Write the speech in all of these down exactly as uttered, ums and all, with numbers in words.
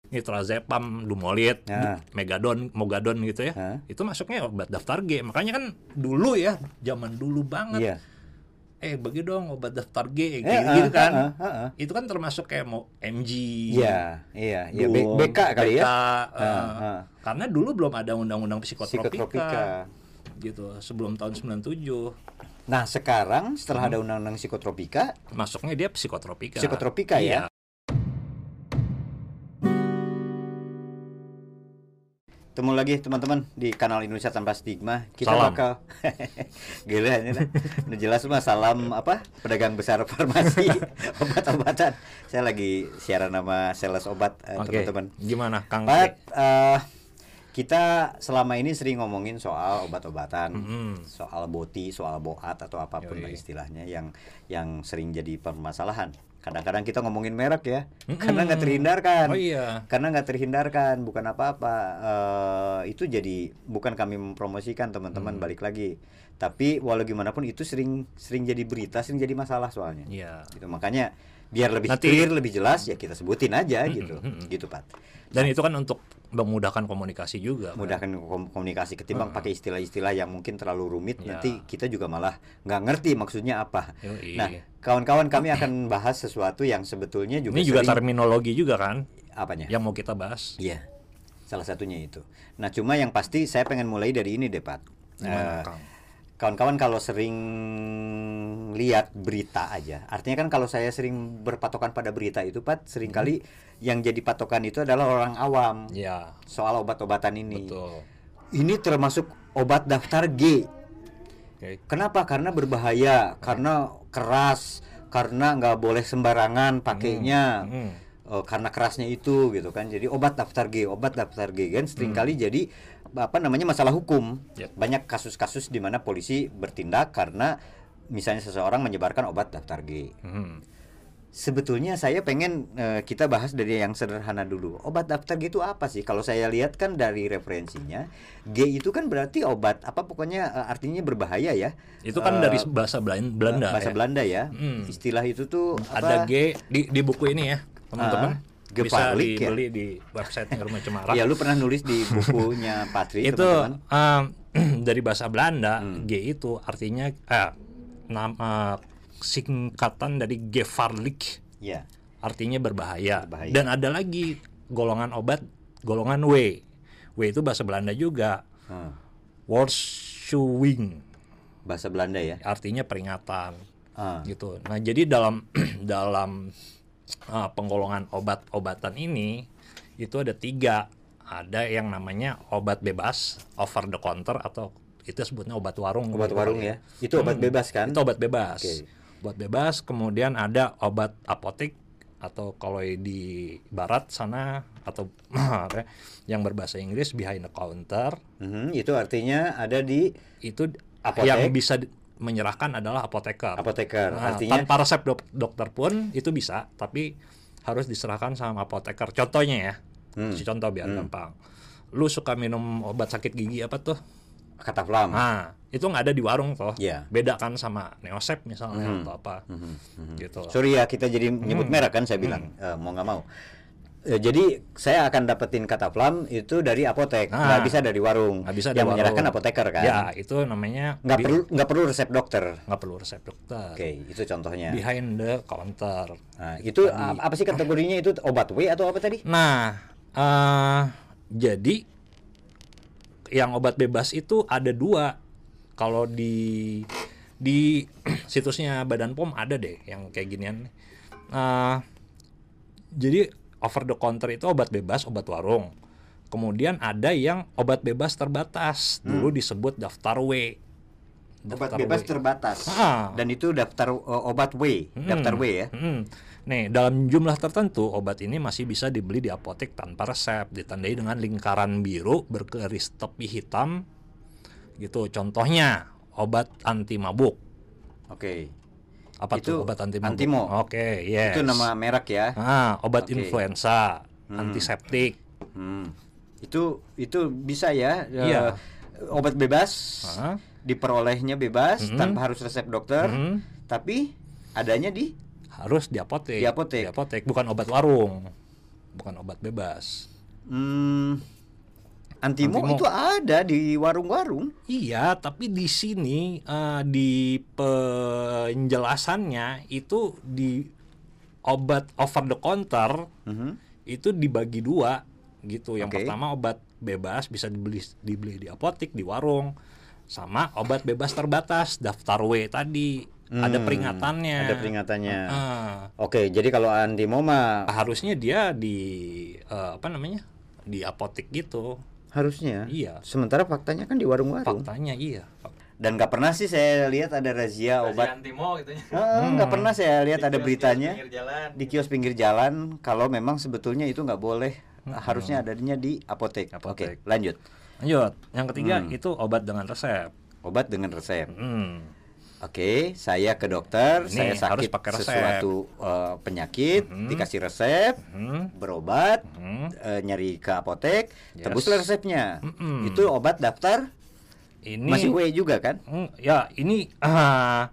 nitrazepam, Lumolid, Nah. Megadon, Mogadon gitu ya. Hah? Itu masuknya obat daftar G. Makanya kan dulu ya, zaman dulu banget. Iya. Eh, bagi dong obat daftar G Eh, kayak ah, gitu kan. ah, ah, ah. Itu kan termasuk kayak mau M G. Iya, iya, iya. B- Dum, B K kali ya. B K, Ah, eh, ah. Karena dulu belum ada undang-undang psikotropika. Psikotropika. Gitu, sebelum tahun sembilan puluh tujuh. Nah, sekarang setelah Hmm. ada undang-undang psikotropika, Masuknya dia psikotropika. psikotropika ya. Iya. Ketemu lagi teman-teman di kanal Indonesia Tanpa Stigma. Kita Salam. bakal gila ini nah. Udah jelas mah salam apa? Pedagang besar farmasi obat-obatan. Saya lagi siaran nama sales obat eh, Oke. teman-teman. Gimana, Kang? Pat, eh, kita selama ini sering ngomongin soal obat-obatan, Mm-mm. soal boti, soal boat atau apapun lah Yoi. istilahnya yang yang sering jadi permasalahan. Kadang-kadang kita ngomongin merek ya, Mm-mm. karena nggak terhindarkan. Oh iya. Karena nggak terhindarkan, bukan apa-apa. Eh, itu jadi bukan kami mempromosikan teman-teman, Hmm. balik lagi. Tapi walau gimana pun itu sering sering jadi berita, sering jadi masalah soalnya. Iya. Gitu. Makanya biar lebih Nanti- clear, lebih jelas ya kita sebutin aja Mm-mm, gitu. mm-mm. Gitu, Pat. Dan itu kan untuk memudahkan komunikasi juga. kan? Mudahkan kom- komunikasi ketimbang Heeh. pakai istilah-istilah yang mungkin terlalu rumit, Ya. nanti kita juga malah nggak ngerti maksudnya apa. Yoi. Nah, kawan-kawan kami akan bahas sesuatu yang sebetulnya juga Ini juga sering- terminologi juga kan apanya? yang mau kita bahas. Iya, salah satunya itu. Nah, cuma yang pasti saya pengen mulai dari ini deh, Pak. Gimana, Eh, Kang? kawan-kawan kalau sering lihat berita aja, artinya kan kalau saya sering berpatokan pada berita itu, Pak, seringkali yang jadi patokan itu adalah orang awam Ya, soal obat-obatan ini. betul. Ini termasuk obat daftar G. Oke. Kenapa? Karena berbahaya, karena keras, karena nggak boleh sembarangan pakainya. Hmm. Eh, karena kerasnya itu gitu kan. Jadi obat daftar G, obat daftar G kan seringkali jadi apa namanya masalah hukum. Yep. Banyak kasus-kasus di mana polisi bertindak karena misalnya seseorang menyebarkan obat daftar G. Hmm. Sebetulnya saya pengen eh, kita bahas dari yang sederhana dulu. Obat daftar G itu apa sih? Kalau saya lihat kan dari referensinya, G itu kan berarti obat apa pokoknya eh, artinya berbahaya ya. Itu kan Eh, dari bahasa Belan- Belanda. bahasa ya. Belanda ya. Hmm. Istilah itu tuh Ada apa? G di di buku ini ya, teman-teman. Ah, Bisa Geparlik ya? dibeli di website Rumah Cemara. Ya, lu pernah nulis di bukunya Patri, itu teman-teman. um, dari bahasa Belanda, Hmm. G itu artinya eh nama singkatan dari Gevaarlijk, Ya. artinya berbahaya. Berbahaya. Dan ada lagi golongan obat golongan W. W itu bahasa Belanda juga. Hmm. Waarschuwing, Bahasa Belanda ya. artinya peringatan. Ah. Gitu. Nah, jadi dalam dalam uh, penggolongan obat-obatan ini itu ada tiga. Ada yang namanya obat bebas, over the counter, atau itu sebutnya obat warung. Obat gitu warung kali ya. Itu obat Hmm, bebas kan? Itu obat bebas. Oke. Obat bebas. Kemudian ada obat apotek, atau kalau di barat sana atau yang berbahasa Inggris behind the counter, Mhm, itu artinya ada di itu Apotek. yang bisa di- menyerahkan adalah apoteker. apoteker. Nah, Artinya tanpa resep dok- dokter pun itu bisa, tapi harus diserahkan sama apoteker. Contohnya ya, Hmm. si contoh biar Hmm. gampang. Lu suka minum obat sakit gigi apa tuh? Kataflam. Nah, itu nggak ada di warung toh. Iya. Beda kan sama Neosep misalnya Mhm. atau apa. Mhm, mhm. Gitu. Sorry ya kita jadi nyebut Hmm. merek kan saya bilang. Eh, mau nggak mau. Eh, jadi saya akan dapetin Kataflam itu dari apotek, Nah, nggak bisa dari warung. nggak bisa dari yang menyerahkan warung. apoteker kan. Ya, itu namanya Nggak bi- perlu nggak perlu resep dokter. nggak perlu resep dokter. Oke, itu contohnya. Behind the counter. Nah, itu Tadi. a- apa sih kategorinya itu obat W atau apa tadi? Nah, eh jadi yang obat bebas itu ada dua. Kalau di di situsnya Badan P O M ada deh yang kayak ginian. Nah, jadi over the counter itu obat bebas, obat warung. Kemudian ada yang obat bebas terbatas. Dulu disebut daftar W. Obat Daftar bebas W. terbatas. Ah. Dan itu daftar uh, obat W, Hmm, daftar W ya. hmm. Nih, dalam jumlah tertentu obat ini masih bisa dibeli di apotek tanpa resep, ditandai dengan lingkaran biru bergaris tepi hitam. Gitu. Contohnya obat anti mabuk. Oke. Apa Itu tuh obat anti mabuk? Antimo. Oke, yes. Itu nama merek ya. Ah, obat Oke. influenza, Hmm. antiseptik. Hmm. Itu itu bisa ya. eh, Iya. Obat bebas, Ah, diperolehnya bebas Mhm. tanpa harus resep dokter, mhm. tapi adanya di Harus di apotek. Di apotek. Di apotek, bukan obat warung. bukan obat bebas. Hmm, Antimo, Antimo. itu ada di warung-warung. Iya, tapi di sini eh, di penjelasannya itu di obat over the counter Mhm. itu dibagi dua gitu. Yang Oke. pertama obat bebas bisa dibeli dibeli di apotek, di warung, sama obat bebas terbatas daftar W tadi. Ada Hmm, peringatannya. Ada peringatannya. Ah, Oke, jadi kalau Antimo mah harusnya dia di eh, apa namanya? Di apotek gitu. harusnya. Iya. Sementara faktanya kan di warung-warung. Faktanya iya. Dan nggak pernah sih saya lihat ada razia obat. Antimo gitu ya. Heeh, nggak pernah saya lihat ada Di kios-kios beritanya pinggir jalan. di kios pinggir jalan kalau memang sebetulnya itu nggak boleh. Harusnya adanya di apotek. Apotek. Oke, lanjut. Lanjut. Yang ketiga Hmm. itu obat dengan resep. Obat dengan resep. Hmm. Oke, saya ke dokter, Ini saya sakit harus pakai resep. sesuatu eh, penyakit, Mhm. dikasih resep, Hmm. berobat, Hmm. eh, nyari ke apotek, Yes. tebuslah resepnya. Mm-mm. Itu obat daftar Ini masih W juga kan? Hmm, ya ini ah,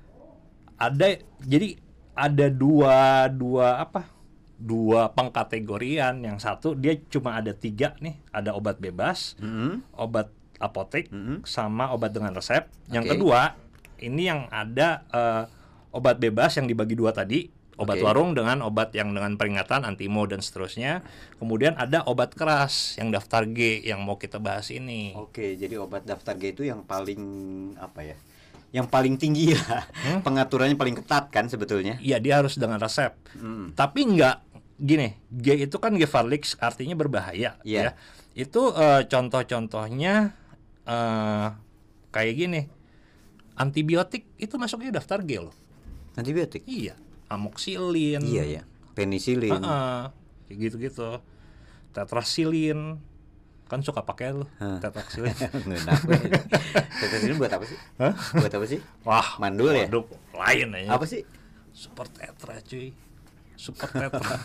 ada jadi ada dua dua apa dua pengkategorian. Yang satu dia cuma ada tiga nih, ada obat bebas, Mhm. obat apotek, Mhm. sama obat dengan resep. Yang Oke. kedua ini yang ada eh, obat bebas yang dibagi dua tadi, obat Oke. warung dengan obat yang dengan peringatan Antimo dan seterusnya. Kemudian ada obat keras yang daftar G yang mau kita bahas ini. Oke, jadi obat daftar G itu yang paling apa ya? Yang paling tinggi lah. Pengaturannya paling ketat kan sebetulnya. Iya, dia harus dengan resep. Hmm. Tapi enggak gini, G itu kan Gevalicz artinya berbahaya ya. Iya. Itu eh, contoh-contohnya eh, kayak gini. Antibiotik itu masuknya daftar G loh. Antibiotik. Iya, amoxicillin. Iya ya. Penisilin. Heeh, kayak gitu-gitu. Tetrasilin. Kan suka pakai lu, Hah. tetrasilin. Ngenak. Penisilin buat apa sih? Hah? Buat apa sih? Wah, Mandul ya? waduh, lain aja. Apa sih? Super tetra cuy. Super tetra.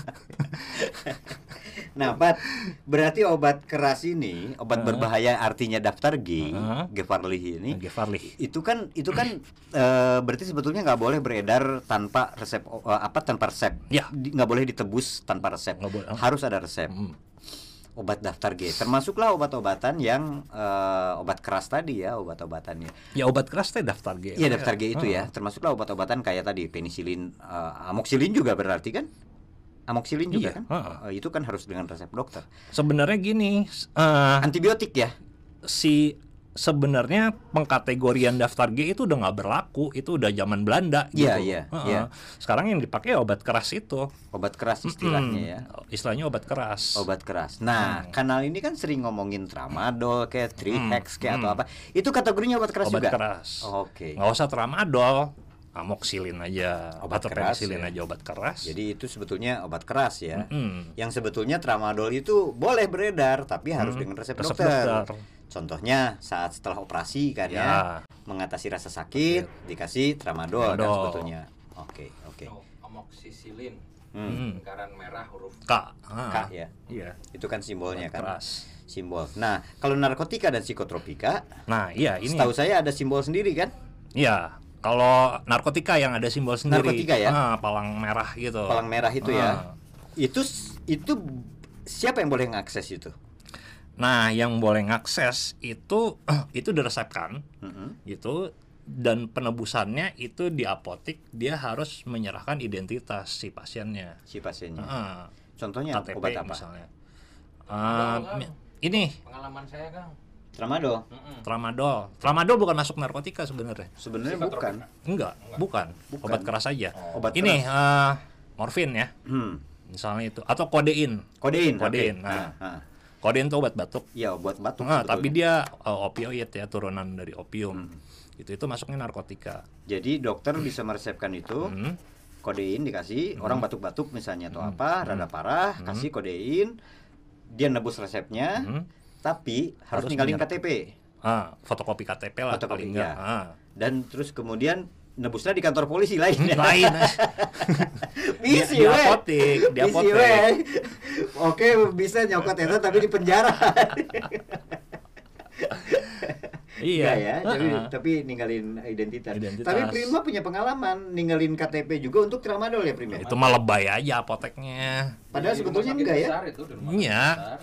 Nah, Pat, berarti obat keras ini, obat berbahaya artinya daftar G, Heeh. Gevarlih ini, Gevalicz. itu kan itu kan eh, berarti sebetulnya nggak boleh beredar tanpa resep eh, apa tanpa resep. Ya. Di- nggak boleh ditebus tanpa resep. Nggak boleh. Harus ada resep. Hmm. Obat daftar G, termasuklah obat-obatan yang eh, obat keras tadi ya, obat-obatannya. Ya obat keras teh daftar G. Iya, daftar G itu Heeh. ya, termasuklah obat-obatan kayak tadi penisilin, eh, amoxicillin juga berarti kan? Amoxicillin juga Iya, kan? heeh. Eh, itu kan harus dengan resep dokter. Sebenarnya gini, s- eh, Antibiotik ya? si sebenarnya pengkategorian daftar G itu udah nggak berlaku, itu udah zaman Belanda gitu. Iya, iya, Heeh. iya. Sekarang yang dipakai obat keras itu. Obat keras istilahnya Hmm, ya. Istilahnya obat keras. Obat keras. Nah, kanal ini kan sering ngomongin tramadol kayak Trihex kayak atau hmm. apa. Itu kategorinya obat keras Obat juga. keras. Oke. Nggak usah tramadol, amoxicillin aja, Obat atau keras, penicillin ya. aja obat keras. Jadi itu sebetulnya obat keras ya. Mm-mm. Yang sebetulnya tramadol itu boleh beredar tapi harus Hmm, dengan resep, resep dokter. dokter. Contohnya saat setelah operasi kan ya, Ya. mengatasi rasa sakit dikasih tramadol kan Tramadol. sebetulnya. Oke, oke. Oh, amoxicillin. Hmm. Hmm. Lingkaran merah huruf K. Ah. K ya. Iya. Itu kan simbolnya Obat kan. keras. Simbol. Nah, kalau narkotika dan psikotropika, Nah, iya ini. setahu saya ada simbol sendiri kan? Iya. Kalau narkotika yang ada simbol sendiri. Narkotika ya? Ah, palang merah gitu. Palang merah itu Ah. ya. Itu itu siapa yang boleh ngakses itu? Nah, yang boleh ngakses itu itu diresepkan Mm-mm. gitu, dan penebusannya itu di apotek dia harus menyerahkan identitas si pasiennya. Si pasiennya. Ah, Contohnya K T P obat apa? misalnya. Ah, Enggak, mi- ini pengalaman saya, Kang. Tramadol. Mm-mm. tramadol. Tramadol bukan masuk narkotika sebenarnya. Sebenarnya Psikotropika. bukan. Enggak, bukan. Bukan. Obat keras aja. Obat Ini keras. eh, morfin ya, Hmm. misalnya itu, atau kodein. Kodein. Kodein. oke. Nah, Ah, ah. kodein itu obat batuk. Iya, buat batuk. Nah, sebetulnya. tapi dia uh, opioid ya, turunan dari opium. Hmm. Itu itu masuknya narkotika. Jadi dokter bisa meresepkan itu. Hmm. Kodein dikasih, orang batuk-batuk misalnya atau apa, rada parah, kasih kodein, dia nebus resepnya, Hmm. tapi harus, Harus ninggalin menyer- K T P Ah, fotokopi K T P lah Fotokopi, paling enggak. ya. Ah. dan terus kemudian nebusnya di kantor polisi lainnya. Lain. Bisi Di- di we. apotek, di Bisi apotek. we. Oke, bisa nyokot itu tapi di penjara. Iya. Nggak ya, tapi, Uh-uh. tapi ninggalin identitas. Identitas. Tapi Prima punya pengalaman ninggalin K T P juga untuk tramadol ya Prima? Itu mah lebay aja apoteknya. Padahal Di sebetulnya rumah sakit enggak ya? besar itu, di rumah Iya. sakit besar.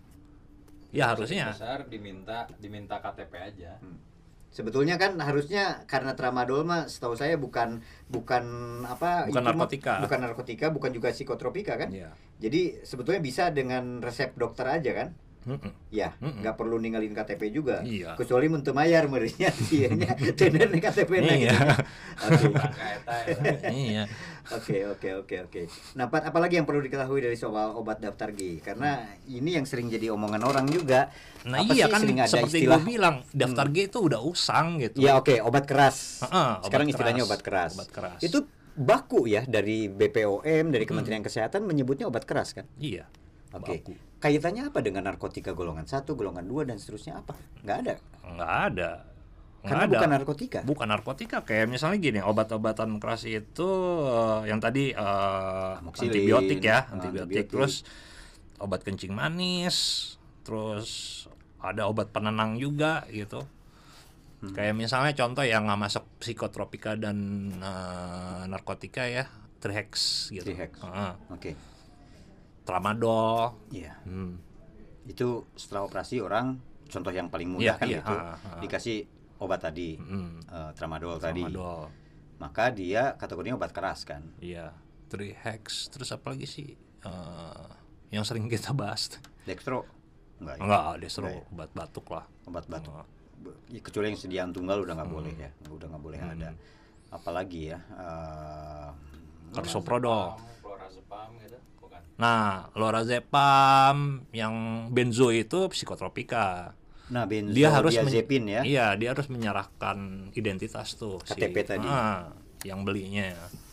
Ya Rumah harusnya. sakit besar diminta diminta K T P aja. Sebetulnya kan harusnya karena tramadol mah setahu saya bukan bukan apa Bukan itu mah- narkotika. bukan narkotika, bukan juga psikotropika kan? Iya. Jadi sebetulnya bisa dengan resep dokter aja kan? Mm-mm. Ya, Mm-mm. nggak perlu ninggalin K T P juga. Iya. Kecuali untuk mayar merinya dianya tener K T P na Iya. gitu. Oke. Rangka eta ya. Iya. Oke, oke, oke, oke. Nah, Pat, apalagi yang perlu diketahui dari soal obat daftar G? Karena ini yang sering jadi omongan orang juga. Nah Apa iya sih kan sering ada seperti istilah- gue bilang daftar G itu udah usang gitu. Ya, oke, obat keras. Heeh, obat Sekarang istilahnya keras. obat keras. Obat keras. Itu baku ya dari B P O M, dari Kementerian Kesehatan menyebutnya obat keras kan? Iya. Oke. Baku. Kaitannya apa dengan narkotika golongan satu, golongan dua dan seterusnya apa? Nggak ada. Nggak ada. Nggak Karena ada. bukan narkotika. Bukan narkotika, kayak misalnya gini, obat-obatan keras itu eh, yang tadi eh, Amoxicillin, antibiotik ya, ah, antibiotik, antibiotik. terus obat kencing manis, terus ada obat penenang juga gitu. Hmm. Kayak misalnya contoh yang nggak masuk psikotropika dan eh, narkotika ya, Trihex gitu. Trihex. Heeh. Oke. Tramadol. Iya. Hmm. Itu setelah operasi orang, contoh yang paling mudah Iya, kan iya, itu ha, ha. dikasih obat tadi, Hmm. eh, tramadol tadi. Tramadol. Maka dia kategorinya obat keras kan. Iya, Trihex, terus apa lagi sih eh, yang sering kita bahas? Dextro enggak ya? Enggak, destro Enggak ya? obat batuk lah. Obat batuk. Oh. Be- kecuali yang sediaan tunggal udah nggak Hmm. boleh ya, udah nggak boleh Hmm. ada. Apalagi ya, eh, Carsoprodol. Clorazepam gitu, bukan. Nah, lorazepam yang benzo itu psikotropika. nah benzodiazepin Dia harus men- ya. Iya, dia harus menyerahkan identitas tuh K T P tadi. Ah, yang belinya.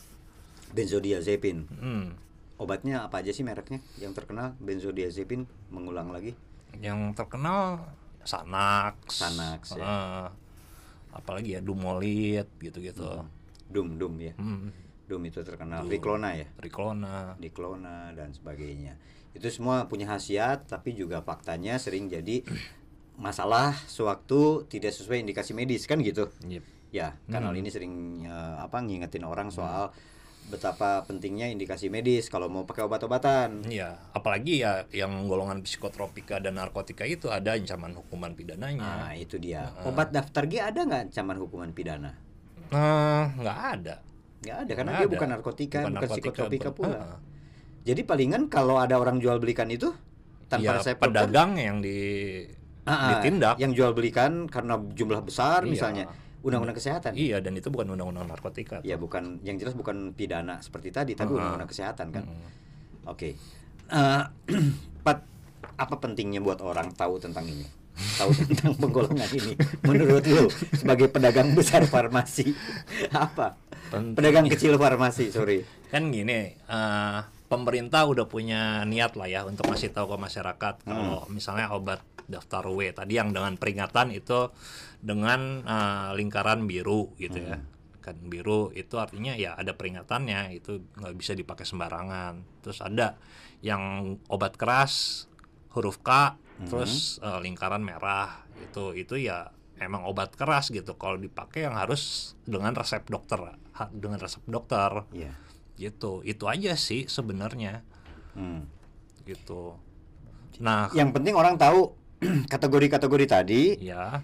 Benzodiazepin. Hmm. Obatnya apa aja sih mereknya yang terkenal? Benzodiazepin, mengulang lagi. Yang terkenal Xanax. Xanax, ya. Ah, apalagi ya Dumolit gitu-gitu. Dum Dum ya. Hmm. Dum itu terkenal. Dum. Riklona ya. Riklona. Diklona dan sebagainya. Itu semua punya khasiat tapi juga faktanya sering jadi masalah sewaktu tidak sesuai indikasi medis kan gitu. Yep. Ya, kanal Hmm. ini sering eh, apa ngingetin orang soal betapa pentingnya indikasi medis kalau mau pakai obat-obatan. Iya, apalagi ya yang golongan psikotropika dan narkotika itu ada ancaman hukuman pidananya. Nah, itu dia. Heeh. Obat daftar G ada nggak ancaman hukuman pidana? Nah, nggak ada. Nggak ada karena Nggak dia ada. bukan narkotika, bukan, narkotika, psikotropika bukan- pula. Heeh. Jadi palingan kalau ada orang jual belikan itu tanpa Ya, resep dokter, pedagang yang di ah, ah, ditindak. yang jual belikan karena jumlah besar Iya. misalnya undang-undang kesehatan. Iya, dan itu bukan undang-undang narkotika. Ya bukan, yang jelas bukan pidana seperti tadi, tapi Heeh. undang-undang kesehatan kan. Mm. Oke. Eh, Pat, apa pentingnya buat orang tahu tentang ini? Tahu tentang penggolongan ini? Menurut lu sebagai pedagang besar farmasi, apa? Penting. Pedagang kecil farmasi, sorry. Kan gini, eh, pemerintah udah punya niat lah ya untuk ngasih tahu ke masyarakat kalau misalnya obat daftar W tadi yang dengan peringatan itu dengan eh, lingkaran biru gitu ya. Kan biru itu artinya ya ada peringatannya, itu nggak bisa dipakai sembarangan. Terus ada yang obat keras huruf K, terus eh, lingkaran merah, itu itu ya emang obat keras gitu. Kalau dipakai yang harus dengan resep dokter, ha- dengan resep dokter Iya. gitu. Itu aja sih sebenarnya Hmm. gitu. Nah, Yang penting orang tahu kategori-kategori tadi. ya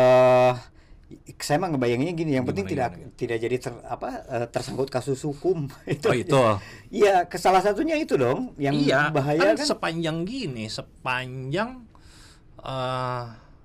eh saya mah ngebayanginnya gini, yang penting Gimana, tidak tidak jadi ter, apa eh, tersangkut kasus hukum. oh itu. Iya, ke salah satunya itu dong yang Iya, bahaya kan, kan. sepanjang gini, sepanjang eh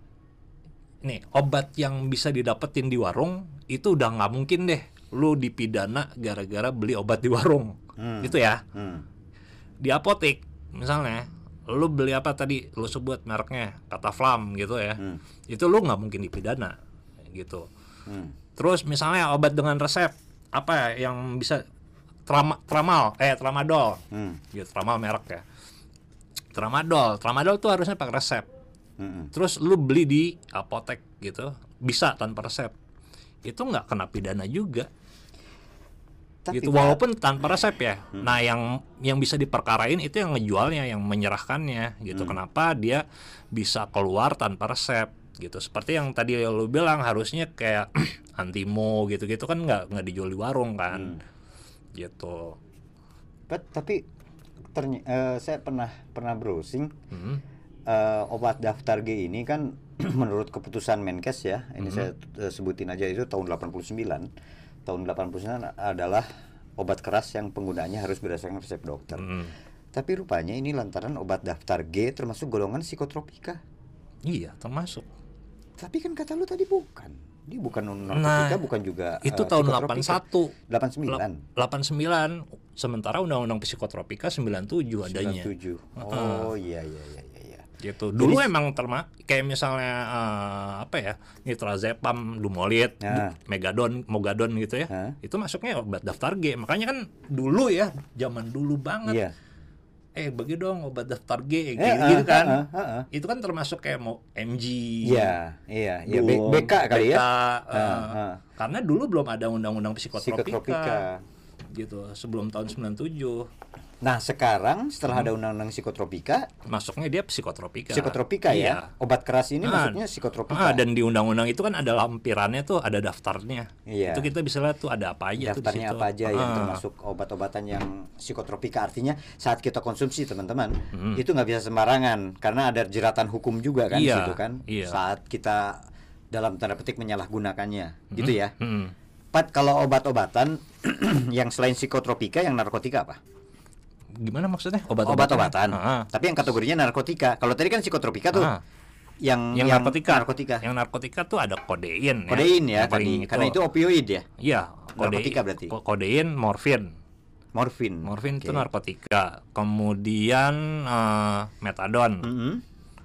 nih obat yang bisa didapetin di warung itu udah nggak mungkin deh lu dipidana gara-gara beli obat di warung. Hmm. Gitu ya. Hmm. Di apotek misalnya lu beli apa tadi lu sebut mereknya Kataflam gitu ya. Hmm. Itu lu nggak mungkin dipidana gitu. Hmm. Terus misalnya obat dengan resep apa ya yang bisa trama, tramal eh tramadol Hmm. gitu, tramal merek ya, tramadol tramadol tuh harusnya pakai resep. Hmm. Terus lu beli di apotek gitu bisa tanpa resep, itu nggak kena pidana juga Tapi gitu, Pak, walaupun tanpa resep ya. Nah yang yang bisa diperkarain itu yang ngejualnya, yang menyerahkannya gitu. Kenapa dia bisa keluar tanpa resep gitu. Seperti yang tadi lu bilang harusnya kayak Antimo gitu-gitu kan nggak nggak dijual di warung kan, Hmm. gitu. But, tapi terny- eh, saya pernah pernah browsing Hmm. eh, obat daftar G ini kan menurut keputusan Menkes ya, ini Hmm. saya eh, sebutin aja itu tahun delapan puluh sembilan. Tahun delapan puluh sembilan adalah obat keras yang penggunaannya harus berdasarkan resep dokter. Hmm. Tapi rupanya ini lantaran obat daftar G termasuk golongan psikotropika. Iya, termasuk. Tapi kan kata lu tadi bukan. Ini bukan Nah, narkotika, bukan juga Itu eh, tahun psikotropika. delapan puluh satu. delapan puluh sembilan. delapan puluh sembilan. Sementara undang-undang psikotropika sembilan puluh tujuh adanya. sembilan puluh tujuh. Oh iya iya iya iya. iya. Gitu. Dulu Jadi- emang terma kayak misalnya eh, apa ya? Nitrazepam, Dumolit, Nah. du- Megadon, Mogadon gitu ya. Hah? Itu masuknya obat daftar G. Makanya kan dulu ya, zaman dulu banget. Iya. Eh, bagi dong obat daftar G Eh, gitu, ah, gitu kan. ah, ah, ah. Itu kan termasuk kayak mau M G. Iya, iya, iya. B- Dum, B K kali B K, ya. eh, Ah, ah. Karena dulu belum ada undang-undang psikotropika. Psikotropika. Gitu, sebelum tahun sembilan puluh tujuh. Nah, sekarang setelah Hmm. ada undang-undang psikotropika, Masuknya dia psikotropika. psikotropika Iya. ya. Obat keras ini Ah, maksudnya psikotropika. Ah, dan di undang-undang itu kan ada lampirannya tuh, ada daftarnya. Iya. Itu kita bisa lihat tuh ada apa aja tuh di Daftarnya situ. apa aja yang Ah. termasuk obat-obatan yang psikotropika, artinya saat kita konsumsi teman-teman Hmm. itu nggak bisa sembarangan karena ada jeratan hukum juga kan di Iya, situ kan iya. saat kita dalam tanda petik menyalahgunakannya gitu ya. Hmm. Pat, kalau obat-obatan yang selain psikotropika yang narkotika apa? Gimana maksudnya? Obat-obatan. Obat-obatan. Ah. Tapi yang kategorinya narkotika. Kalau tadi kan psikotropika tuh Ah. yang Yang, narkotika. narkotika. Yang narkotika tuh ada kodein. Kodein ya, Yang paling tadi. Karena itu opioid ya. Iya, narkotika berarti. ko- Kodein, morfin. Morfin. Morfin itu Oke. narkotika. Kemudian eh, metadon. Mm-mm.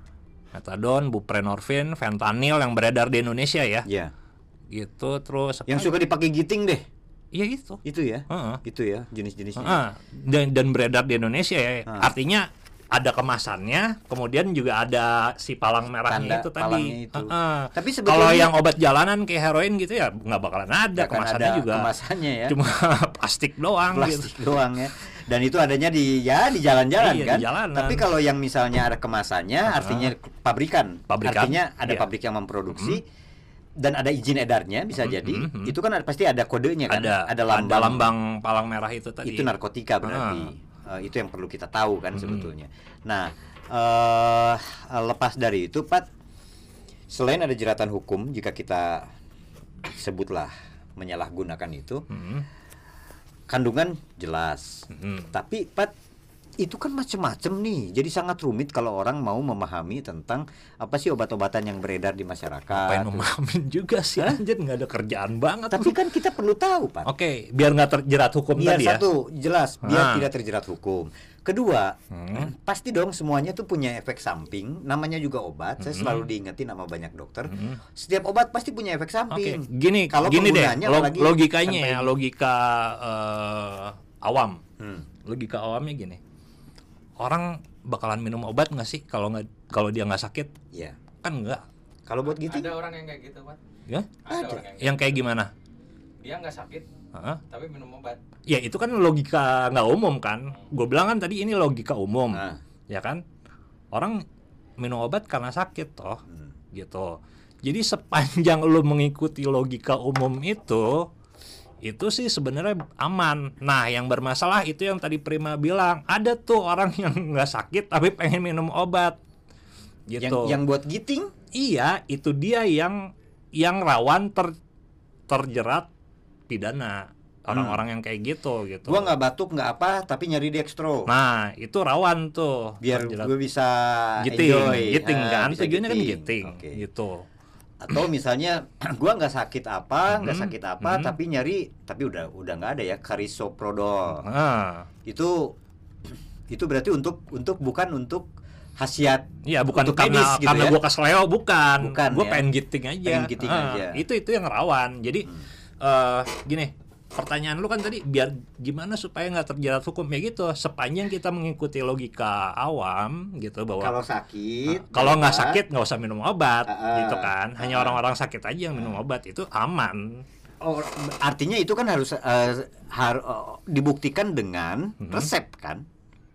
Metadon, buprenorfin, fentanyl yang beredar di Indonesia ya. Iya. Gitu terus apa- Yang suka dipakai giting deh. Iya itu. Itu ya. Heeh. Itu ya jenis-jenisnya. Heeh. dan dan beredar di Indonesia ya. Ah. Artinya ada kemasannya, kemudian juga ada si palang merahnya Tanda itu tadi. palangnya itu. Heeh. Tapi sebetulnya- kalau yang obat jalanan kayak heroin gitu ya nggak bakalan ada Nggak akan kemasannya ada juga. kemasannya ya. Cuma plastik doang Plastik gitu. doang ya. Dan itu adanya di ya di jalan-jalan Iya, kan. di jalanan. Tapi kalau yang misalnya ada kemasannya, artinya pabrikan. Pabrikan, Artinya ada iya. pabrik yang memproduksi dan ada izin edarnya bisa Mhm, jadi. mhm. Itu kan ada- pasti ada kodenya kan. Ada ada lambang. lambang palang merah itu tadi. Itu narkotika berarti. Ah. Eh, itu yang perlu kita tahu kan Mhm. sebetulnya. Nah, eh lepas dari itu, Pat, selain ada jeratan hukum jika kita sebutlah menyalahgunakan itu, Mhm, kandungan jelas. mhm. Tapi Pat, itu kan macam-macam nih. Jadi sangat rumit kalau orang mau memahami tentang apa sih obat-obatan yang beredar di masyarakat. Ngapain memahamin juga sih anjir, nggak ada kerjaan banget. Tapi kan kita perlu tahu, Pak. Oke, biar nggak terjerat hukum Biar tadi ya. satu jelas, biar Ah. tidak terjerat hukum. Kedua, Hmm. pasti dong semuanya tuh punya efek samping. Namanya juga obat. Saya Hmm. selalu diingetin sama banyak dokter. Hmm. Setiap obat pasti punya efek Oke, samping. gini, Kalau gini deh, penggunanya log- apalagi logikanya sampai- ya, logika eh, awam, Hmm. logika awamnya gini, orang bakalan minum obat nggak sih kalau nggak kalau dia nggak sakit? Ya. Kan nggak, Kalau buat gitu, Ada orang yang kayak gitu, Pak. ya? Ada, Ada. orang yang, Yang kayak gimana? dia nggak sakit Heeh. tapi minum obat. Ya itu kan logika nggak umum kan? Gue bilang kan tadi ini logika umum, Nah. ya kan? Orang minum obat karena sakit toh, Hmm. gitu. Jadi sepanjang lu mengikuti logika umum itu, itu sih sebenarnya aman. Nah, yang bermasalah itu yang tadi Prima bilang, ada tuh orang yang nggak sakit tapi pengen minum obat, yang gitu. yang buat giting, Iya, itu dia yang yang rawan ter, terjerat pidana. Orang-orang yang kayak gitu, gitu. gua nggak batuk nggak apa, tapi nyari dextro. Nah, itu rawan tuh. Biar terjerat gue bisa giting, enjoy. giting Ah, kan? bisa Tujuannya kan giting, Oke. gitu. Atau misalnya gua nggak sakit apa, nggak Mhm. sakit apa, Mhm. tapi nyari, tapi udah udah nggak ada ya carisoprodol. Nah, Itu itu berarti untuk untuk bukan untuk khasiat, iya bukan untuk karena medis gitu karena ya. gua kesleo, bukan. Bukan, Gua ya. pengen giting aja. Pengen giting Ah, aja. Itu itu yang rawan. Jadi Hmm. eh gini, pertanyaan lu kan tadi biar gimana supaya nggak terjerat hukum ya gitu. Sepanjang kita mengikuti logika awam gitu bahwa Kalau sakit, Nah, kalau nggak ya, sakit nggak usah minum obat, Ah, ah, gitu kan. Hanya ah. orang-orang sakit aja yang minum obat, itu aman. oh, artinya itu kan harus eh, har- oh, dibuktikan dengan Mhm. resep kan?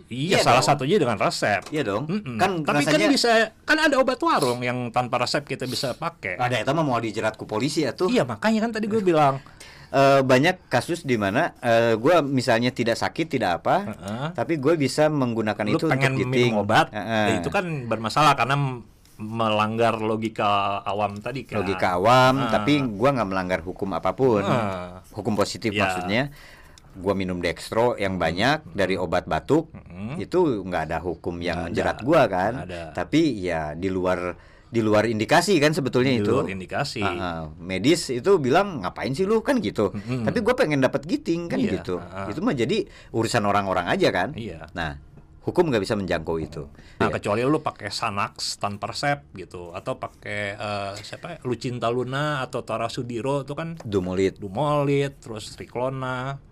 Iya, Iya salah dong. satunya dengan resep. Iya dong. Mm-mm. Kan Tapi rasanya kan bisa, kan ada obat warung yang tanpa resep kita bisa pakai. ada itu mah mau dijerat ku polisi ya tuh. Iya, makanya kan tadi gue bilang. Eh, banyak kasus di mana eh, gue misalnya tidak sakit tidak apa, Heeh. tapi gue bisa menggunakan Lu itu pengen untuk giting. minum obat, Heeh. ya itu kan bermasalah karena m- melanggar logika awam tadi kan. Logika awam, Ah. tapi gue nggak melanggar hukum apapun, Ah. hukum positif Ya. maksudnya. Gue minum dextro yang banyak dari obat batuk, Mm-mm. itu nggak ada hukum yang Nggak menjerat ada. gue kan, Nggak ada. tapi ya di luar di luar indikasi kan sebetulnya Di itu. luar indikasi. Ah, ah. Medis itu bilang ngapain sih lu kan gitu, Mm-mm. tapi gue pengen dapat giting kan Iya, gitu. ah, ah. Itu mah jadi urusan orang-orang aja kan. Iya. Nah, hukum nggak bisa menjangkau itu. Nah, Iya. kecuali lu pakai Xanax tanpa resep gitu, atau pakai eh, siapa ya? Lucinta Luna atau Tara Sudiro itu kan Dumolit. Dumolit, terus Triclona.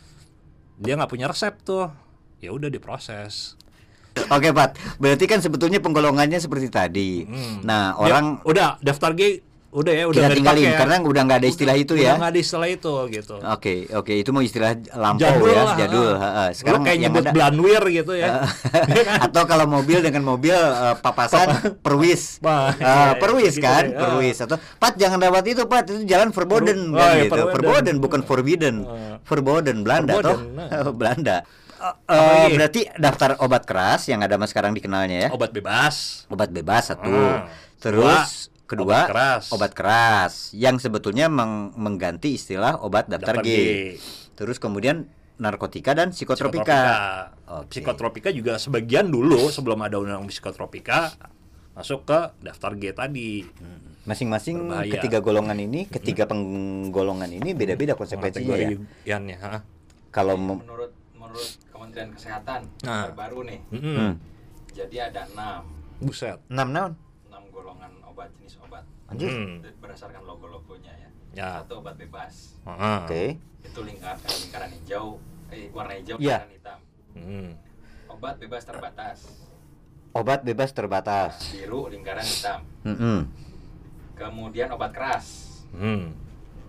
Dia nggak punya resep tuh. Ya udah diproses. Oke, Pat. Berarti kan sebetulnya penggolongannya seperti tadi. Hmm. Nah, Dia- orang udah daftar G udah ya udah kita nggak tinggalin dipakai. karena udah nggak ada istilah itu Udah ya. nggak ada istilah itu gitu. Oke, oke, itu mau istilah lampau Jadul ya, lah, jadul. ah. ha-ha. Lu Sekarang kayak yang nyebut ada Blanwir gitu ya. atau kalau mobil dengan mobil eh, papasan perwis. Wah, Eh, iya, perwis gitu kan, deh. Ah. perwis atau Pat jangan lewat itu, Pat, itu jalan verboden Per- kan oh, iya, gitu. verboden. Verboden bukan forbidden. Ah. Verboden Belanda toh. Verboden, nah. Belanda. Eh, Apalagi? berarti daftar obat keras yang ada mas sekarang dikenalnya ya. Obat bebas. Obat bebas satu. Ah. Terus kedua obat keras. obat keras yang sebetulnya meng- mengganti istilah obat daftar, Daftar G. G. Terus kemudian narkotika dan psikotropika. Oke. Psikotropika juga sebagian dulu sebelum ada undang psikotropika masuk ke daftar G tadi. Masing-masing Berbahaya. ketiga golongan ini, ketiga penggolongan ini beda-beda konsekuensinya ya. Kategoriannya, ha? Kalau Ini mem- menurut menurut Kementerian Kesehatan Nah. terbaru nih. Mm-mm. Hmm. Jadi ada enam Buset. enam naon? enam golongan obat jenis obat Anjir. Hmm. berdasarkan logo-logonya ya. Ya. Satu obat bebas. Ah. Oke. Itu lingkar, eh, lingkaran hijau, eh warna hijau, Iya. lingkaran hitam. Hmm. Obat bebas terbatas. Obat bebas terbatas. Biru lingkaran hitam. Mm-mm. Kemudian obat keras. Hmm.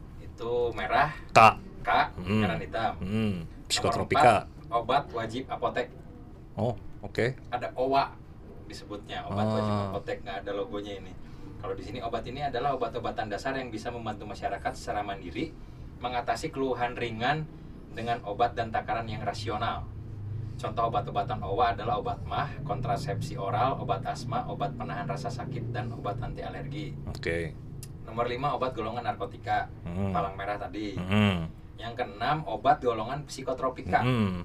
Itu merah, K. K, Hmm. lingkaran hitam. Hmm. Nomor Psikotropika. empat, obat wajib apotek. Oh, oke. Ada O W A disebutnya, obat Ah. wajib apotek, nggak ada logonya ini. Kalau di sini obat ini adalah obat-obatan dasar yang bisa membantu masyarakat secara mandiri mengatasi keluhan ringan dengan obat dan takaran yang rasional. Contoh obat-obatan O W A adalah obat mah, kontrasepsi oral, obat asma, obat penahan rasa sakit, dan obat anti alergi. Oke. Nomor lima, obat golongan narkotika, Hmm. palang merah tadi. Hmm. Yang keenam, obat golongan psikotropika. Hmm.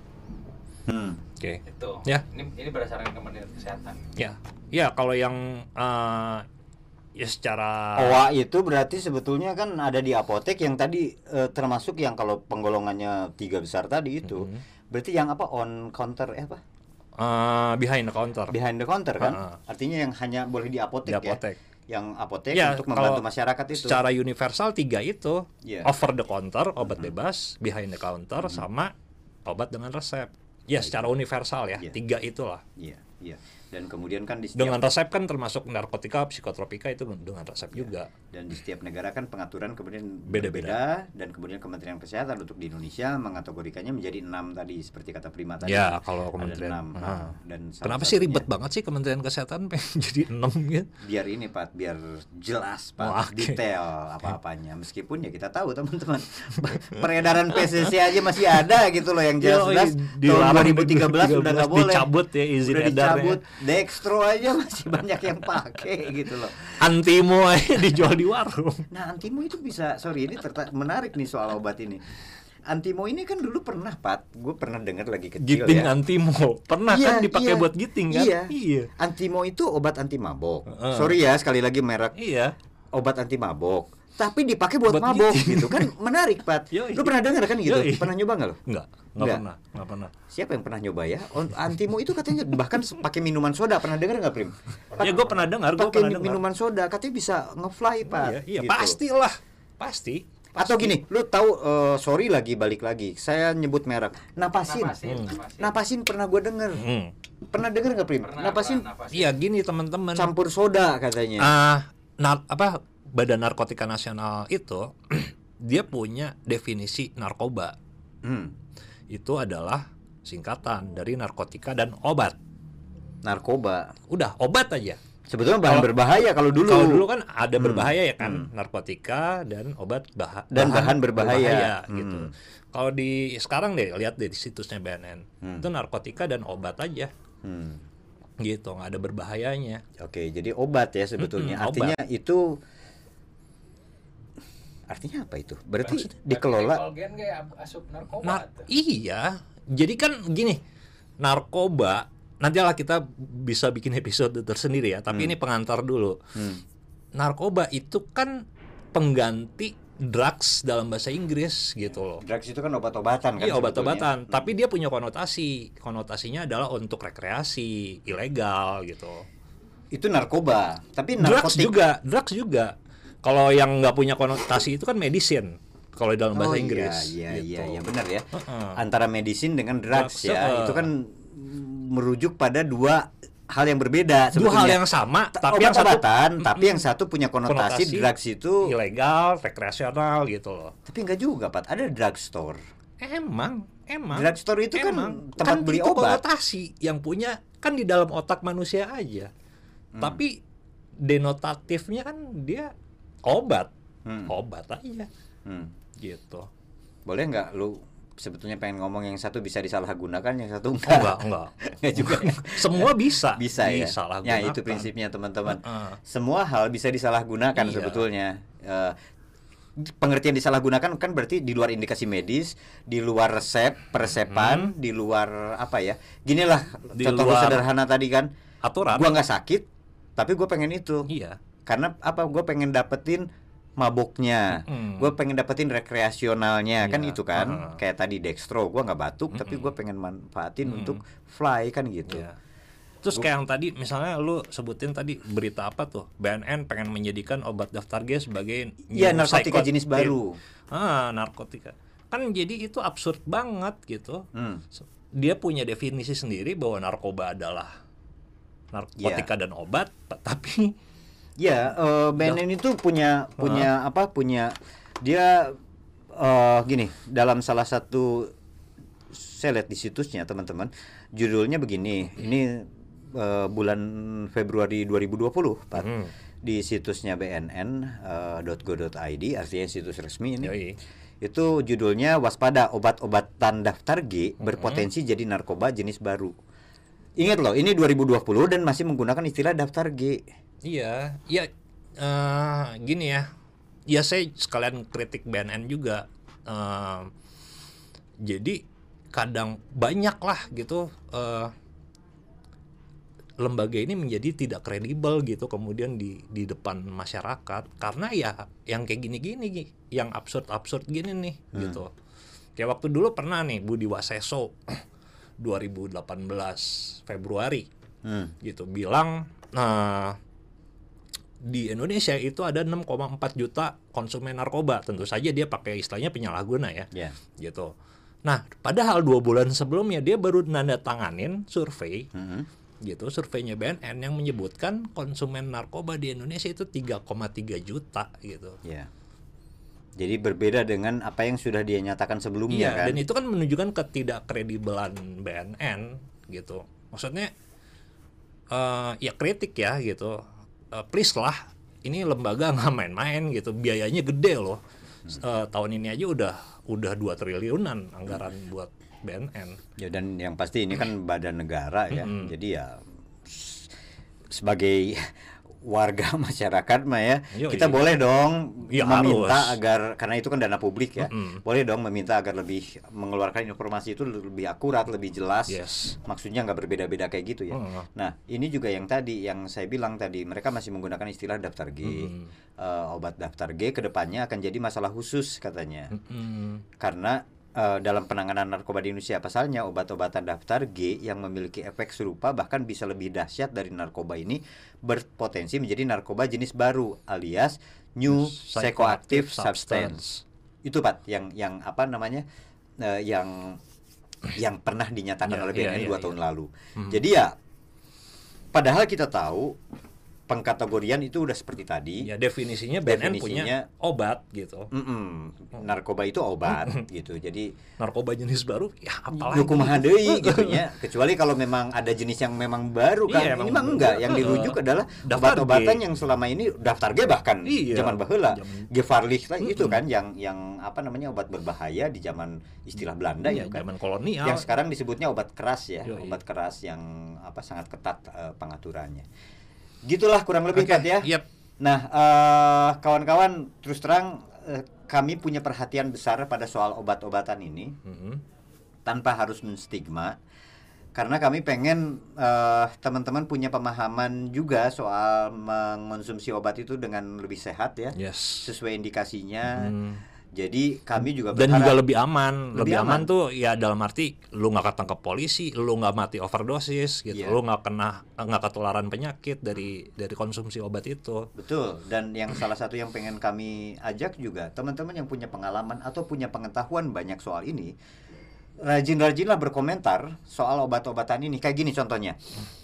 Hmm. Oke. Itu. Ya. Ini ini berdasarkan Kementerian Kesehatan. Ya. Ya, kalau yang eh, ya secara O W A itu berarti sebetulnya kan ada di apotek yang tadi eh, termasuk yang kalau penggolongannya tiga besar tadi itu. Mhm. Berarti yang apa on counter eh apa? eh, behind the counter. Behind the counter kan? Ha-ha. Artinya yang hanya boleh di apotek, Di apotek. ya. Yang apotek Ya, untuk membantu kalau masyarakat itu. Secara universal tiga itu, Iya. over the counter obat bebas, behind the counter sama obat dengan resep. Ya, secara universal ya, Iya. tiga itulah. Iya, iya. Dan kemudian kan di setiap Dengan resep kan termasuk narkotika, psikotropika itu dengan resep juga. dan di setiap negara kan pengaturan kemudian Beda-beda. berbeda, dan kemudian Kementerian Kesehatan untuk di Indonesia mengategorikannya menjadi enam tadi seperti kata Prima tadi. Ya, kalau Ada Kementerian. enam. Ah. Nah, dan salah Kenapa sih satunya- ribet banget sih Kementerian Kesehatan pengen jadi enam gitu? Biar ini Pak, biar jelas Pak, Oh, oke. detail apa-apanya. Meskipun ya kita tahu teman-teman, peredaran P C C aja masih ada gitu loh yang jelas-jelas Yoi, tahun dilarang dua ribu tiga belas udah nggak boleh. dicabut ya izin Udah edarnya. dicabut, Dextro aja masih banyak yang pakai gitu loh. Antimo aja dijual di warung. Nah, Antimo itu bisa, sorry ini terta- menarik nih soal obat ini. Antimo ini kan dulu pernah Pat, gue pernah dengar lagi kecil Giting ya. Antimo. Pernah Iya, kan dipakai iya. buat giting kan? Iya. Iya. Antimo itu obat anti mabok. Heeh. Sorry ya sekali lagi merek Iya. obat anti mabok. Tapi dipakai buat, Buat mabok giting. gitu kan menarik Pat. Yoi. Lu pernah dengar kan gitu? Yoi. Pernah nyoba nggak lo? Enggak, enggak Enggak. pernah, enggak pernah. Siapa yang pernah nyoba ya? On- Antimo itu katanya bahkan s- pakai minuman soda. Pernah dengar nggak Prim? Ya gue pernah dengar, gue Pakai pernah mi- dengar. minuman soda katanya bisa nge-fly Pak. Iya, iya Gitu. pastilah. Pasti. Atau gini, lu tahu eh, sorry lagi balik lagi. Saya nyebut merek. Napasin. Napasin, Hmm. napasin. Napasin pernah gue denger. Hmm. Pernah denger nggak Prim? Pernah, Napasin pernah, napasin. Iya gini teman-teman. campur soda katanya. Ah, nar- apa Badan Narkotika Nasional itu dia punya definisi narkoba. Hmm. Itu adalah singkatan dari narkotika dan obat. Narkoba. Udah, obat aja. Sebetulnya bahan Kalau- berbahaya kalau dulu. Kalau dulu kan ada Hmm. berbahaya ya kan, Hmm. narkotika dan obat bah- Dan bahan berbahaya. gitu. Hmm. Kalau di sekarang deh lihat deh di situsnya B N N, Hmm. itu narkotika dan obat aja, Hmm. gitu, nggak ada berbahayanya. Oke, jadi obat ya sebetulnya. Mm-mm, Artinya itu artinya apa itu? Berarti Maksudnya? dikelola. Kolgen kayak asup narkoba Nah, tuh. iya, jadi kan gini, narkoba nantilah kita bisa bikin episode tersendiri ya, tapi Hmm. ini pengantar dulu. Hmm. Narkoba itu kan pengganti drugs dalam bahasa Inggris gitu loh. Drugs itu kan obat-obatan kan? Iya, sebetulnya. obat-obatan, Hmm. tapi dia punya konotasi. Konotasinya adalah untuk rekreasi, ilegal gitu. Itu narkoba, tapi Drugs narkotik juga, drugs juga. Kalau yang nggak punya konotasi itu kan medicine. Kalau dalam bahasa Oh, Inggris. Iya, iya, gitu. iya, iya, benar ya. Heeh. Antara medicine dengan drugs, Drugs, ya, uh. itu kan merujuk pada dua hal yang berbeda Dua sebetulnya. hal yang sama, tapi yang satu obat-obatan, tapi yang satu punya konotasi, konotasi drugs itu. ilegal, rekreasional gitu loh. Tapi enggak juga, Pat. Ada drugstore. Emang, emang. Drugstore itu kan emang. tempat Kan beli itu obat. konotasi yang punya kan di dalam otak manusia aja. Hmm. Tapi denotatifnya kan dia obat. Hmm. Obat aja Hmm. gitu. Boleh nggak lu sebetulnya pengen ngomong yang satu bisa disalahgunakan, yang satu Oh, enggak? enggak, enggak. Enggak juga. ya? Semua bisa. Bisa ya. disalahgunakan. Ya itu prinsipnya teman-teman. Heeh. Semua hal bisa disalahgunakan Iya. sebetulnya. Eh, pengertian disalahgunakan kan berarti di luar indikasi medis, di luar resep, peresepan, di luar apa ya? Ginilah Hmm. Di contoh luar sederhana tadi kan. Aturan. Gua nggak sakit, tapi gue pengen itu. Iya. Karena apa? Gue pengen dapetin maboknya, Mm. gue pengen dapetin rekreasionalnya, kan Iya. itu kan. Heeh. Kayak tadi dextro, gue nggak batuk, tapi Mm-mm. gue pengen manfaatin Mm-mm. untuk fly kan gitu. Iya. Terus kayak yang tadi misalnya lu sebutin tadi berita apa tuh? B N N pengen menjadikan obat daftar G sebagai Iya, new narkotika psychoactive. jenis baru. Ah, narkotika. Kan jadi itu absurd banget gitu. Hmm. Dia punya definisi sendiri bahwa narkoba adalah narkotika Iya. dan obat, t- tapi Ya, eh, B N N itu punya punya apa? Punya dia eh, gini, dalam salah satu saya lihat di situsnya teman-teman, judulnya begini. Ini eh, bulan Februari dua ribu dua puluh, Pak. Hmm. Di situsnya b n n dot go dot i d, artinya situs resmi ini. Yoi. Itu judulnya waspada, obat-obatan daftar G berpotensi jadi narkoba jenis baru. Ingat loh, ini dua ribu dua puluh dan masih menggunakan istilah daftar G. Iya, ya eh, gini ya. Ya saya sekalian kritik B N N juga. Eh, jadi kadang banyak lah gitu eh, lembaga ini menjadi tidak kredibel gitu kemudian di di depan masyarakat karena ya yang kayak gini-gini, yang absurd-absurd gini nih gitu. Kayak waktu dulu pernah nih Budi Waseso dua ribu delapan belas Februari Hmm. gitu bilang nah di Indonesia itu ada enam koma empat juta konsumen narkoba. Tentu saja dia pakai istilahnya penyalahguna ya. Ya. Gitu. Nah, padahal dua bulan sebelumnya dia baru nanda tanganin survei Hmm. gitu, surveinya B N N yang menyebutkan konsumen narkoba di Indonesia itu tiga koma tiga juta gitu. Ya. Jadi berbeda dengan apa yang sudah dia nyatakan sebelumnya Iya, kan. dan itu kan menunjukkan ketidakkredibelan B N N gitu. Maksudnya eh ya kritik ya gitu. Eh, please lah, ini lembaga nggak main-main gitu, biayanya gede loh. Eh, tahun ini aja udah udah dua triliunan anggaran buat B N N. Ya, dan yang pasti ini kan badan negara ya. Mm-mm. Jadi ya s- sebagai warga masyarakat mah ya, Yoi. kita boleh dong Ya, meminta harus. agar, karena itu kan dana publik ya. Mm-mm. Boleh dong meminta agar lebih mengeluarkan informasi itu lebih akurat, lebih jelas. Yes. Maksudnya nggak berbeda-beda kayak gitu ya. Mm. Nah, ini juga yang tadi yang saya bilang tadi, mereka masih menggunakan istilah daftar G. Mm. Eh, obat daftar G kedepannya akan jadi masalah khusus katanya. Mm. Karena eh, dalam penanganan narkoba di Indonesia pasalnya obat-obatan daftar G yang memiliki efek serupa bahkan bisa lebih dahsyat dari narkoba ini berpotensi menjadi narkoba jenis baru alias new psychoactive substance. Itu Pak yang yang apa namanya eh, yang yang pernah dinyatakan Ya, oleh B N N iya, dua iya, tahun iya. lalu. Hmm. Jadi ya padahal kita tahu pengkategorian itu udah seperti tadi. Ya definisinya B N N punya Definisinya- obat gitu. Mm-mm. Narkoba itu obat gitu. Jadi Narkoba jenis baru ya apalagi. nu kumaha deui gitu nya. Kecuali kalau memang ada jenis yang memang baru kan. Iya, Ini emang mah enggak, yang bener. dirujuk adalah Daftar obat-obatan G. yang selama ini daftar G bahkan Iya, zaman baheula. zaman- Gevaarlich lah itu Mm-mm. kan yang yang apa namanya obat berbahaya di zaman istilah Belanda Iya, ya kan. zaman kolonial. Yang sekarang disebutnya obat keras ya, Yoi. obat keras yang apa sangat ketat eh, pengaturannya. Gitulah kurang lebih Oke, Pat ya. yep. Nah, eh, kawan-kawan terus terang eh, kami punya perhatian besar pada soal obat-obatan ini Mhm. tanpa harus menstigma. Karena kami pengen eh, teman-teman punya pemahaman juga soal mengonsumsi obat itu dengan lebih sehat ya, Yes. sesuai indikasinya. Hmm. Jadi kami juga Dan berharap juga lebih aman. Lebih Lebih, aman. aman. tuh ya dalam arti lu nggak ketangkep polisi, lu nggak mati overdosis gitu, Iya. lu nggak kena nggak ketularan penyakit dari dari konsumsi obat itu. betul. Dan yang salah satu yang pengen kami ajak juga teman-teman yang punya pengalaman atau punya pengetahuan banyak soal ini, rajin-rajinlah berkomentar soal obat-obatan ini. Kayak gini contohnya,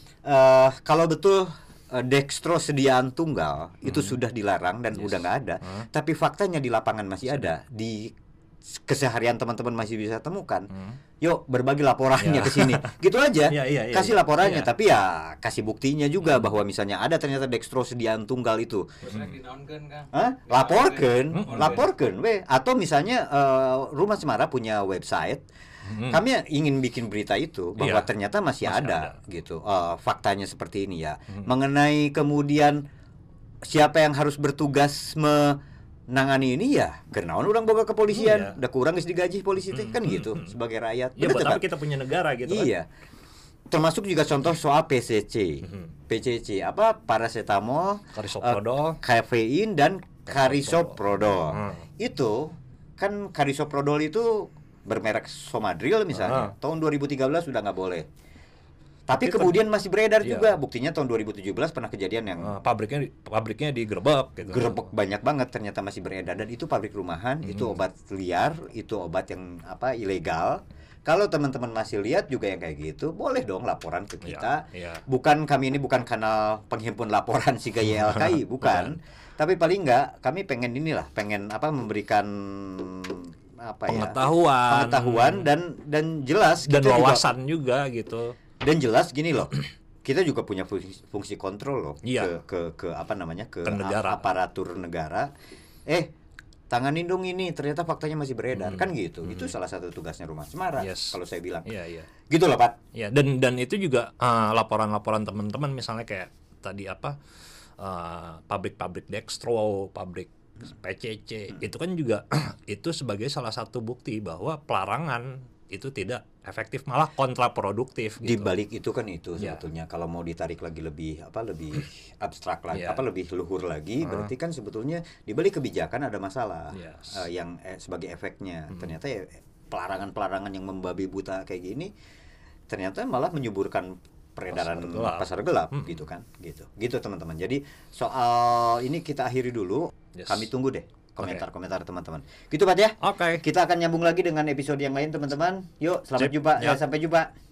eh kalau betul eh, dextro sediaan tunggal itu sudah dilarang dan Yes. udah nggak ada, Hmm. tapi faktanya di lapangan masih ada, di keseharian teman-teman masih bisa temukan. Hmm. Yuk berbagi laporannya Ya. ke sini, gitu aja. Iya, iya, iya, Kasih iya. laporannya, Iya. tapi ya kasih buktinya juga bahwa misalnya ada ternyata dextro sediaan tunggal itu. Biasanya dinaonkeun, Kang. Hah? Laporkan, Hmm. laporkan, we. Atau misalnya eh, Rumah Cemara punya website, Hmm. kami ingin bikin berita itu bahwa Iya. ternyata masih, Masih ada, ada. gitu. Eh, faktanya seperti ini ya. Hmm. Mengenai kemudian siapa yang harus bertugas menangani ini ya, kenaon orang boga kepolisian, Iya. udah kurang geus digaji polisi teh Hmm, kan hmm, gitu hmm. sebagai rakyat. Ya Bener buat tuh, apa Pak? kita punya negara gitu kan? Iya. Termasuk juga contoh soal P C C. Mhm. P C C apa? Paracetamol, Karisoprodol. eh, kafein dan karisoprodol. Hmm. Itu kan karisoprodol itu bermerek Somadril misalnya. Ah. Tahun dua ribu tiga belas sudah nggak boleh. Tapi, Tapi kemudian masih beredar Iya. juga. Buktinya tahun dua ribu tujuh belas pernah kejadian yang Eh, pabriknya di- pabriknya digerebek gitu. gerebek banyak banget ternyata masih beredar, dan itu pabrik rumahan, itu Hmm. obat liar, itu obat yang apa ilegal. Kalau teman-teman masih lihat juga yang kayak gitu, boleh dong laporan ke kita. Iya, iya. Bukan kami ini bukan kanal penghimpun laporan si Y L K I, bukan. Tapi paling enggak kami pengen inilah, pengen apa memberikan apa ya? Pengetahuan. Pengetahuan dan dan jelas Dan kita juga- wawasan juga gitu. dan jelas gini loh. Kita juga punya fungsi, fungsi kontrol loh Iya. ke, ke ke apa namanya ke, Ke negara. ap- aparatur negara. Eh, tanganin dong ini, ternyata faktanya masih beredar, Hmm. kan gitu. Itu salah satu tugasnya Rumah Cemara Yes. kalau saya bilang. Iya, iya. Gitu loh, Pak. Ya, dan dan itu juga eh, laporan-laporan teman-teman misalnya kayak tadi apa eh, pabrik-pabrik dextro, pabrik P C C, itu kan juga itu sebagai salah satu bukti bahwa pelarangan itu tidak efektif, malah kontraproduktif Di gitu. balik itu kan itu Ya. sebetulnya kalau mau ditarik lagi lebih apa lebih abstrak lagi, Ya. apa lebih luhur lagi, Hmm. berarti kan sebetulnya di balik kebijakan ada masalah. Yes. Eh, yang eh, sebagai efeknya. Hmm. Ternyata ya pelarangan-pelarangan yang membabi buta kayak gini ternyata malah menyuburkan peredaran Pasar gelap. pasar gelap, Hmm. gitu kan, gitu, gitu teman-teman. Jadi soal ini kita akhiri dulu, Yes. kami tunggu deh komentar-komentar teman-teman. Gitu Pak ya. Oke. Kita akan nyambung lagi dengan episode yang lain teman-teman. Yuk, selamat Sip. jumpa, Ya. eh, sampai jumpa.